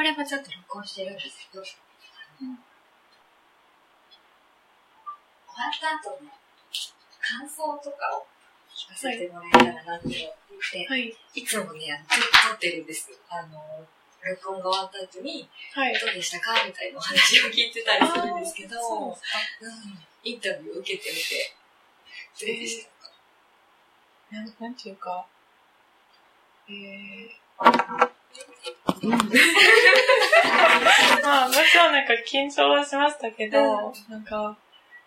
れもちょっと録音してるんですけど、終わった後の感想とかを聞かせてもらえたらなって思っていて、はい、いつもね、撮ってるんです。録音が終わった後に、はい、どうでしたかみたいなお話を聞いてたりするんですけど、インタビューを受けてみて、どうでしたか？ なんていうか、まあ、もちろんなんか緊張はしましたけど、なんか、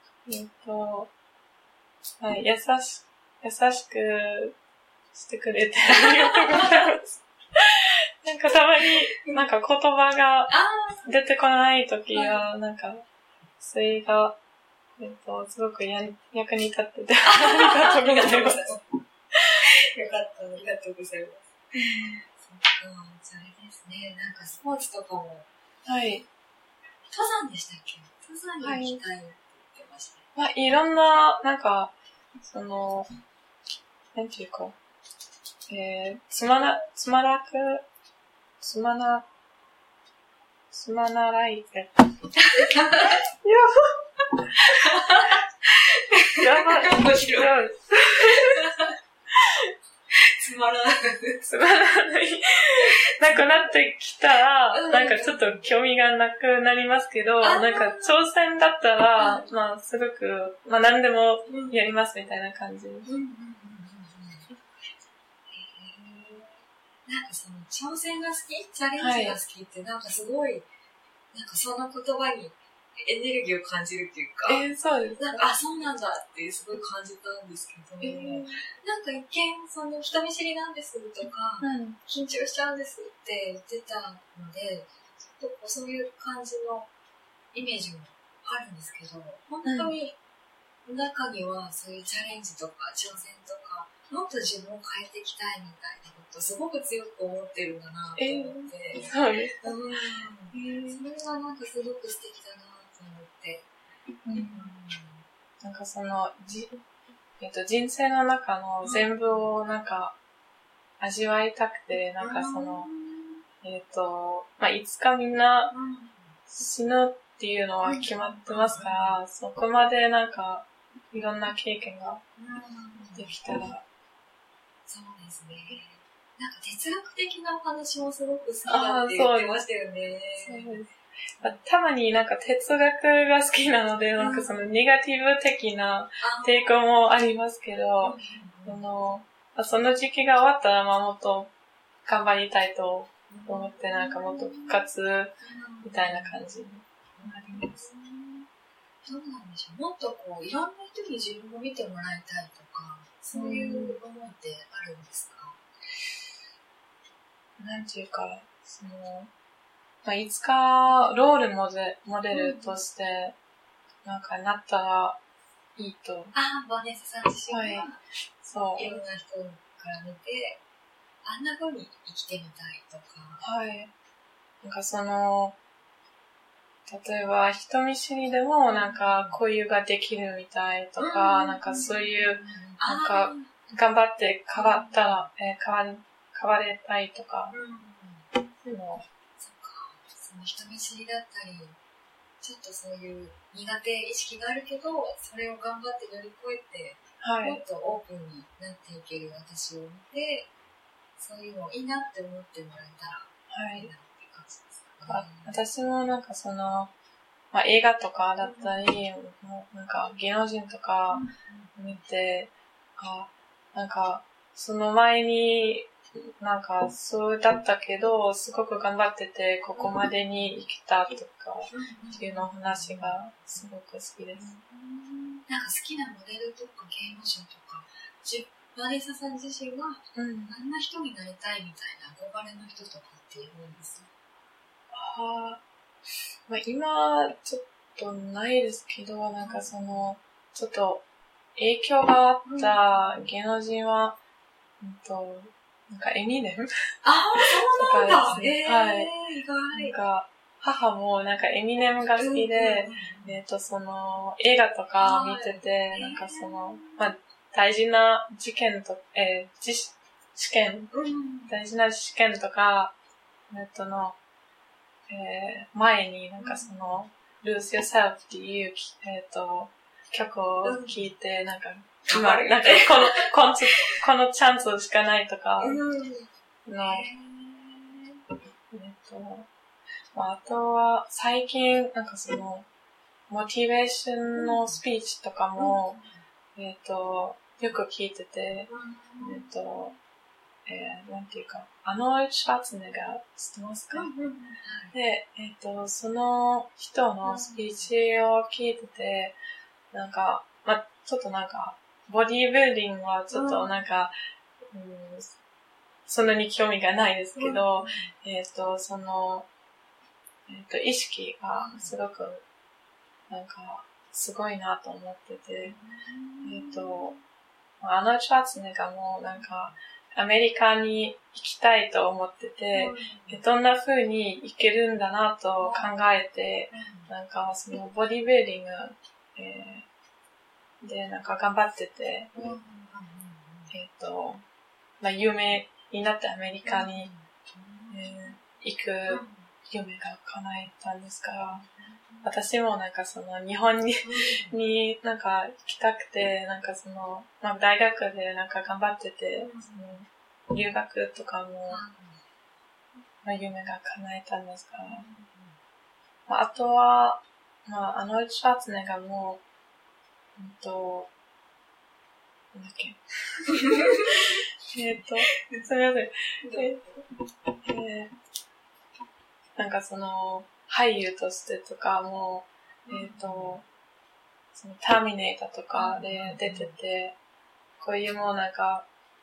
はい、優しくしてくれてありがとうございます。なんかたまになんか言葉が出てこないときは、なんか、それが、すごく役に立ってて、ありがとうございます。 よかった、ありがとうございます。そっか、それですね。なんかスポーツとかも、はい。登山でしたっけ？登山に行きたいって言ってました。 まあ、いろんな、なんか、なんていうか、つまらないで。やばい。 面白い。つまらない。 なくなってきたら、なんかちょっと興味がなくなりますけど、なんか挑戦だったら、まあすごく、まあ何でもやりますみたいな感じです。 なんかその挑戦が好き、チャレンジが好きって、なんかすごい、なんかその言葉にエネルギーを感じるっていうか、 そうです。 なんか、そうなんだってすごい感じたんですけど、なんか一見、人見知りなんですとか、緊張しちゃうんですって言ってたので、ちょっとそういう感じのイメージもあるんですけど、本当に中にはそういうチャレンジとか挑戦とか、もっと自分を変えていきたいみたいなことすごく強く思ってるんだなと思って、 そうです。 それがなんかすごく素敵だなと思って、 なんか人生の中の全部をなんか味わいたくて、なんかまあ、いつかみんな死ぬっていうのは決まってますから、そこまでなんかいろんな経験ができたら。 そうですね。なんか哲学的なお話もすごく好きだって言ってましたよね。 そうです。たまになんか哲学が好きなので、なんかそのネガティブ的な抵抗もありますけど、その時期が終わったらもっと頑張りたいと思って、なんかもっと復活みたいな感じになります。 どうなんでしょう。もっといろんな人に自分を見てもらいたいとか、そういう思いってあるんですか？ なんていうか、まあ、いつかロールモデルとして、なんかなったらいいと。 バネサさん自身が、 そう。 いろんな人から見て、あんな風に生きてみたいとか。 はい。なんか例えば人見知りでもなんか交流ができるみたいとか、なんかそういう、なんか頑張って変われたいとか。 そっか。その人見知りだったり、ちょっとそういう苦手意識があるけど、それを頑張って乗り越えて、もっとオープンになっていける私を見て、そういうのいいなって思ってもらえたらいいなって感じですかね。 私もなんかまあ、映画とかだったり、なんか芸能人とか見て、なんかその前になんかそうだったけど、すごく頑張ってて、ここまでに生きたとかっていうの話がすごく好きです。 なんか好きなモデルとか芸能人とか、マリサさん自身があんな人になりたいみたいな憧れの人とかっているんですか？ まあ、今ちょっとないですけど、なんかちょっと影響があった芸能人は、なんかエミネムそうなんだ。はい。意外。なんか母もなんかエミネムが好きで、映画とか見てて、なんかまあ、大事な事件と、試験、大事な試験とか、 前になんかその、Lose Yourself っていう、曲を聴いて、なんか、今、なんかこのチャンスしかないとか、あとは、最近、なんかその、モチベーションのスピーチとかも、よく聞いてて、なんていうか、アーノルド・シュワルツェネッガー知ってますか？で、その人のスピーチを聞いてて、なんか、ちょっとなんか、ボディービルディングはちょっとなんか、そんなに興味がないですけど、その、意識がすごく、なんか、すごいなと思ってて、アーノルド・シュワルツェネッガーもなんか、アメリカに行きたいと思ってて、どんな風に行けるんだなと考えて、なんかそのボディビルディング、でなんか頑張ってて、有名になってアメリカに、行く夢が叶えたんですから、私もなんかその日本になんか行きたくて、なんかその、大学でなんか頑張ってて、その留学とかも、夢が叶えたんですから、あとは、アーノルド・シュワルツェネッガーも、なんだっけすみません。なんかその、俳優としてとかも、そのターミネーターとかで出てて、こういうもうなんか、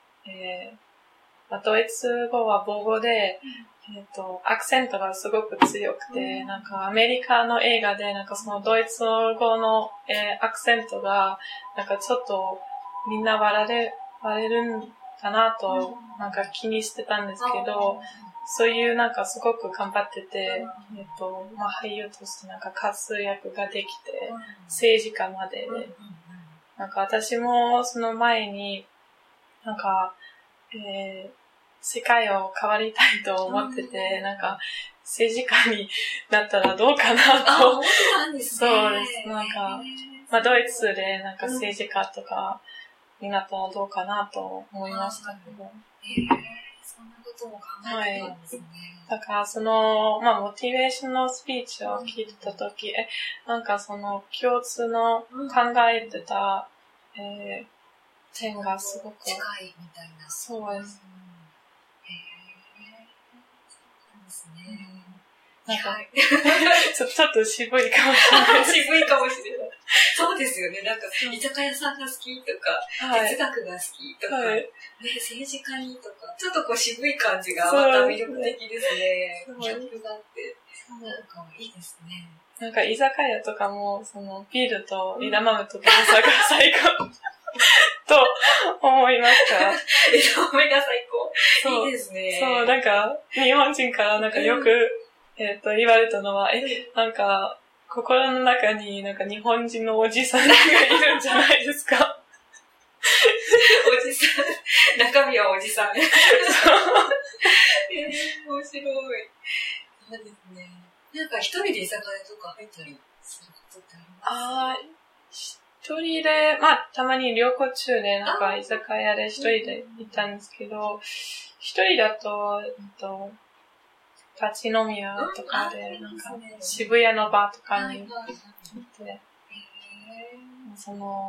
ドイツ語は母語で、アクセントがすごく強くて、なんかアメリカの映画で、なんかそのドイツ語の、アクセントが、なんかちょっとみんな笑れるんだなと、なんか気にしてたんですけど、そういうなんかすごく頑張ってて、俳優としてなんか活躍ができて、政治家までで、なんか私もその前に、なんか、世界を変わりたいと思ってて、なんか政治家になったらどうかなと。 そうです。 なんか、ドイツでなんか政治家とかになったらどうかなと思いましたけど。 そんなことも考えてたんですね。 だからその、モチベーションのスピーチを聞いてたとき、なんかその共通の考えてた、点がすごく近いみたいな。 そうです。 そうなんですね。 なんか、ちょっと渋いかもしれない。 渋いかもしれない。そうですよね。なんか、居酒屋さんが好きとか、哲学が好きとか、政治家にとか、ちょっとこう渋い感じがまた魅力的ですね。ギャップがあって。なんかいいですね。 なんか居酒屋とかも、そのビールと枝豆とギョーザが最高と思いました。 枝豆が最高。いいですね。 そう、なんか日本人からなんかよく、言われたのは、なんか心の中になんか日本人のおじさんがいるんじゃないですか。 おじさん。中身はおじさん。そう。面白い。そうですね。なんか一人で居酒屋とか入ったりすることってありますか？ 一人で、たまに旅行中でなんか居酒屋で一人で行ったんですけど、一人だと、立ち飲み屋とかで、なんか渋谷のバーとかに行って、その、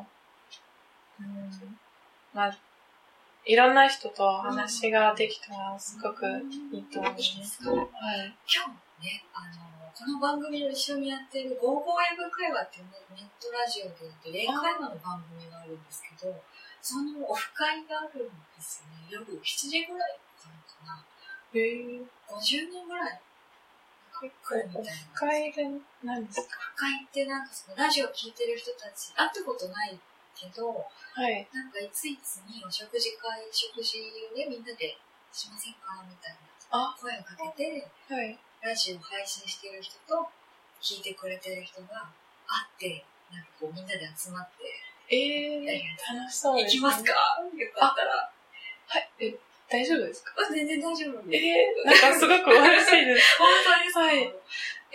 いろんな人と話ができたらすごくいいと思います。 今日ね、この番組を一緒にやっているゴーゴーエブ会話っていうネットラジオで霊会話の番組があるんですけど、そのオフ会があるんですよね。夜7時ぐらいからかな。50人ぐらい来るみたいな。 オフ会で何ですか？ オフ会ってなんかそのラジオ聞いてる人たち、会ったことないけど、なんかいついつにお食事をね、みんなでしませんかみたいな声をかけて、ラジオ配信してる人と聞いてくれてる人が会って、なんかこうみんなで集まって、 楽しそうですね。 行きますか？よかったら。 はい。大丈夫ですか？ 全然大丈夫です。 なんかすごく嬉しいです。 本当ですか？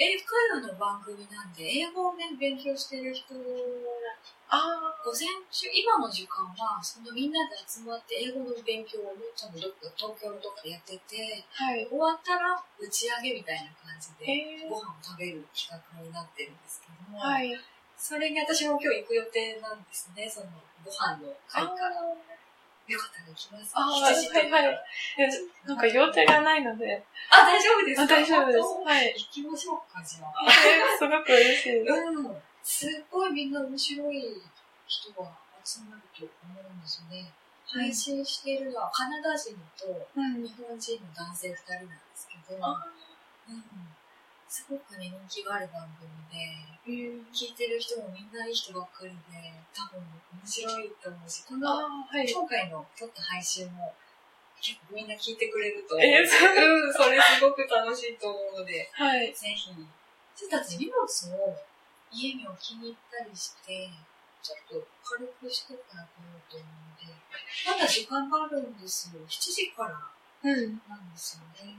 英会話の番組なんで、英語をね、勉強してる人、午前中、今の時間は、そのみんなで集まって英語の勉強を多分東京のどっかでやってて、はい、終わったら打ち上げみたいな感じで、ご飯を食べる企画になってるんですけども、はい、それに私も今日行く予定なんですね、そのご飯の会から。よかったら行きます。 はいはい。なんか予定がないので。 大丈夫ですか？ 大丈夫です。はい。 行きましょうか、じゃあ。 すごく嬉しい。 すっごいみんな面白い人が集まると思うんですね。配信しているのはカナダ人と日本人の男性2人なんですけど、すごくね、人気がある番組で、聞いてる人もみんないい人ばっかりで、多分面白いと思うし、今回の撮った配信も結構みんな聞いてくれると思う。それすごく楽しいと思うので、ぜひ、私たち荷物を家に置きに行ったりして、ちょっと軽くしてから来ようと思うので、まだ時間があるんですよ。7時からなんですよね。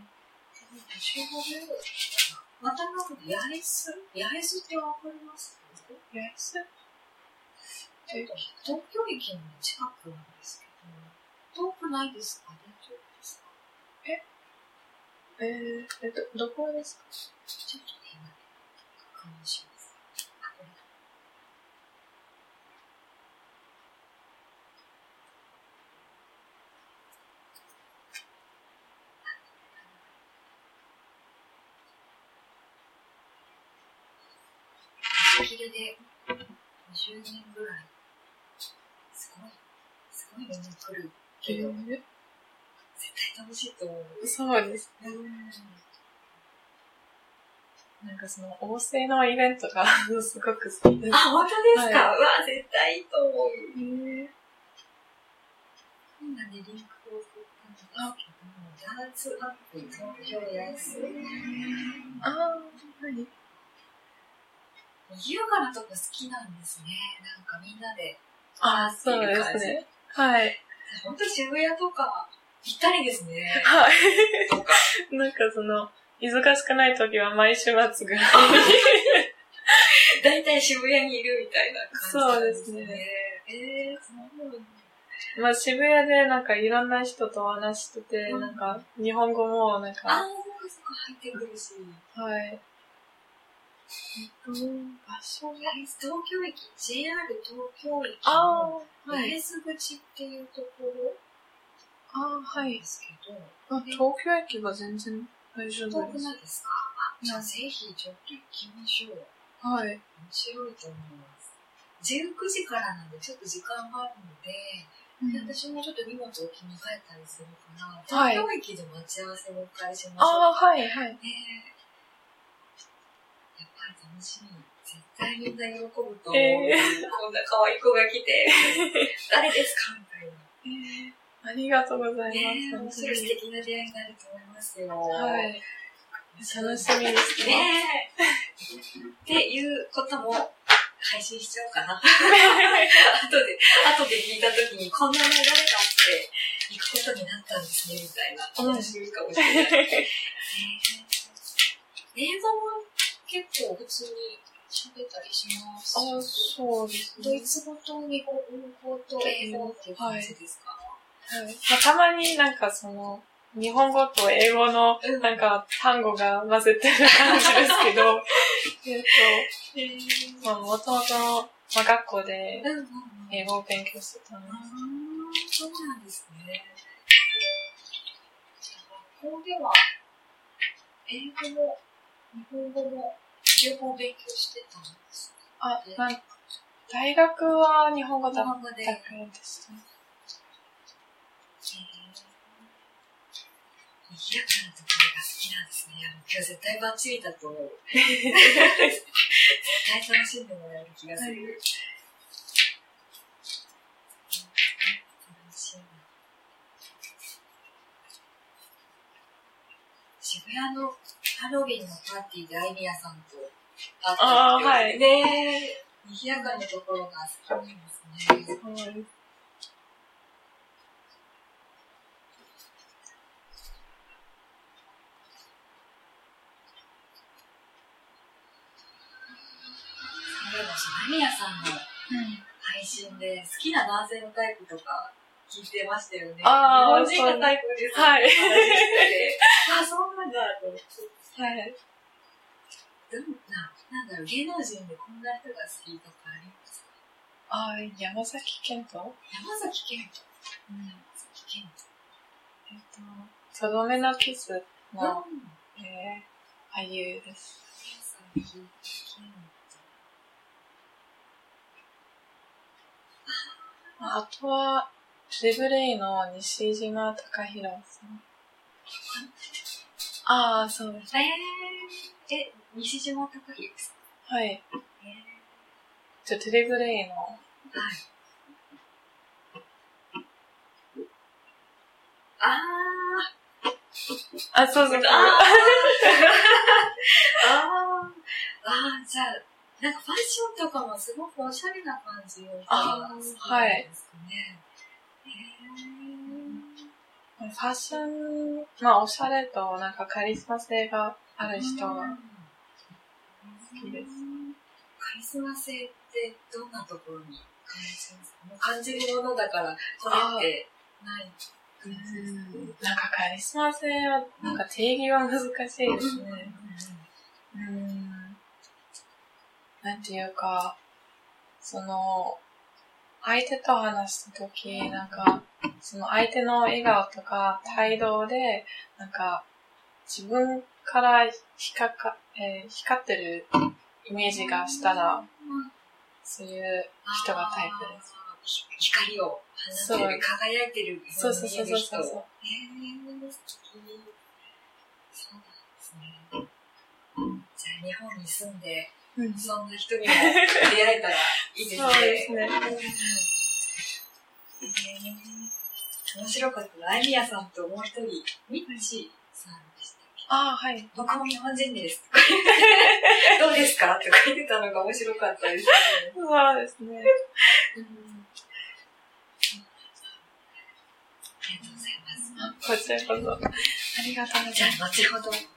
またなんか八重洲ってわかりますか？八重洲？東京駅の近くなんですけど、遠くないですか？大丈夫ですか？ どこですか？ ちょっとね、今確認します。切れで20人ぐらい。すごいみんな来るけど、絶対楽しいと思う。 そうですね。なんかその、王政のイベントがすごく好きです。 本当ですか？うわ、絶対いいと思う。こんなね、リンクを送ったんですけども、ダーツアップ東京八重洲。 何？ 賑やかなとこ好きなんですね。なんかみんなで。 そうですね。はい。 ほんと渋谷とかぴったりですね。 はい。なんかその、忙しくない時は毎週末ぐらい。 だいたい渋谷にいるみたいな感じですね。そうですね。 まあ渋谷でなんかいろんな人と話してて、なんか日本語もなんか。 そっか入ってくるし。 はい。場所が東京駅、JR 東京駅の八重洲口っていうところなんですけど、 東京駅は全然大丈夫です。 遠くないですか？じゃあぜひちょっと行きましょう。 はい。 面白いと思います。19時からなんでちょっと時間があるので、私もちょっと荷物を置きに帰ったりするから、東京駅で待ち合わせをお迎えしましょう。 はい。 やっぱり楽しみ。絶対みんな喜ぶと思う。こんな可愛い子が来て、誰ですかみたいな。 ありがとうございます。 面白い素敵な出会いになると思いますよ。 はい。楽しみですね。っていうことも配信しちゃおうかな。後で聞いたときにこんな流れがあって行くことになったんですねみたいな話するかもしれない。英語も結構普通に喋ったりします。 そうですね。 ドイツ語と日本語と英語っていう感じですか？ はい。たまになんかその、日本語と英語のなんか単語が混ぜてる感じですけど、もともとの学校で英語を勉強してたんです。 そうなんですね。学校では英語も日本語も両方勉強してたんですか？ 大学は日本語だけですね。 賑やかなところが好きなんですね。今日絶対バッチリだと思う。絶対楽しんでもらえる気がする。楽しいな。渋谷のハロウィンのパーティーでアイミヤさんと会ったんですね。賑やかなところが好きなんですね。 そ、アミヤさんの配信で好きな男性のタイプとか聞いてましたよね。日本人がタイプです。 はい。 あ、そうなんだと思って。 はい。 なんだろう、芸能人でこんな人が好きとかありますか？ 山崎賢人？ 山崎賢人。山崎賢人。 とどめのキスの、俳優です。 山崎賢人。あとは、トリブレイの西島貴弘さん。そうです。 西島貴弘ですか？はい。トリブレイの。はい。そう。 じゃあ、なんかファッションとかもすごくおしゃれな感じをはい。ファッション、おしゃれとなんかカリスマ性がある人が好きです。 カリスマ性ってどんなところに感じますか？もう感じるものだからこれってない。 なんかカリスマ性はなんか定義は難しいですね。なんていうか、相手と話すとき、なんか、その相手の笑顔とか態度で、なんか、自分から光ってるイメージがしたら、そういう人がタイプです。 光を放ってる、輝いてる人。 そう。 そうなんですね。じゃあ日本に住んで、そんな人にも出会えたらいいですね。 そうですね。 面白かったら、アイミヤさんともう一人、ミッチさんでしたっけ？ はい。 僕も日本人です。どうですかとか言ってたのが面白かったですね。 そうですね。ありがとうございます。 こちらこそ。ありがとうございます。 じゃあ、後ほど。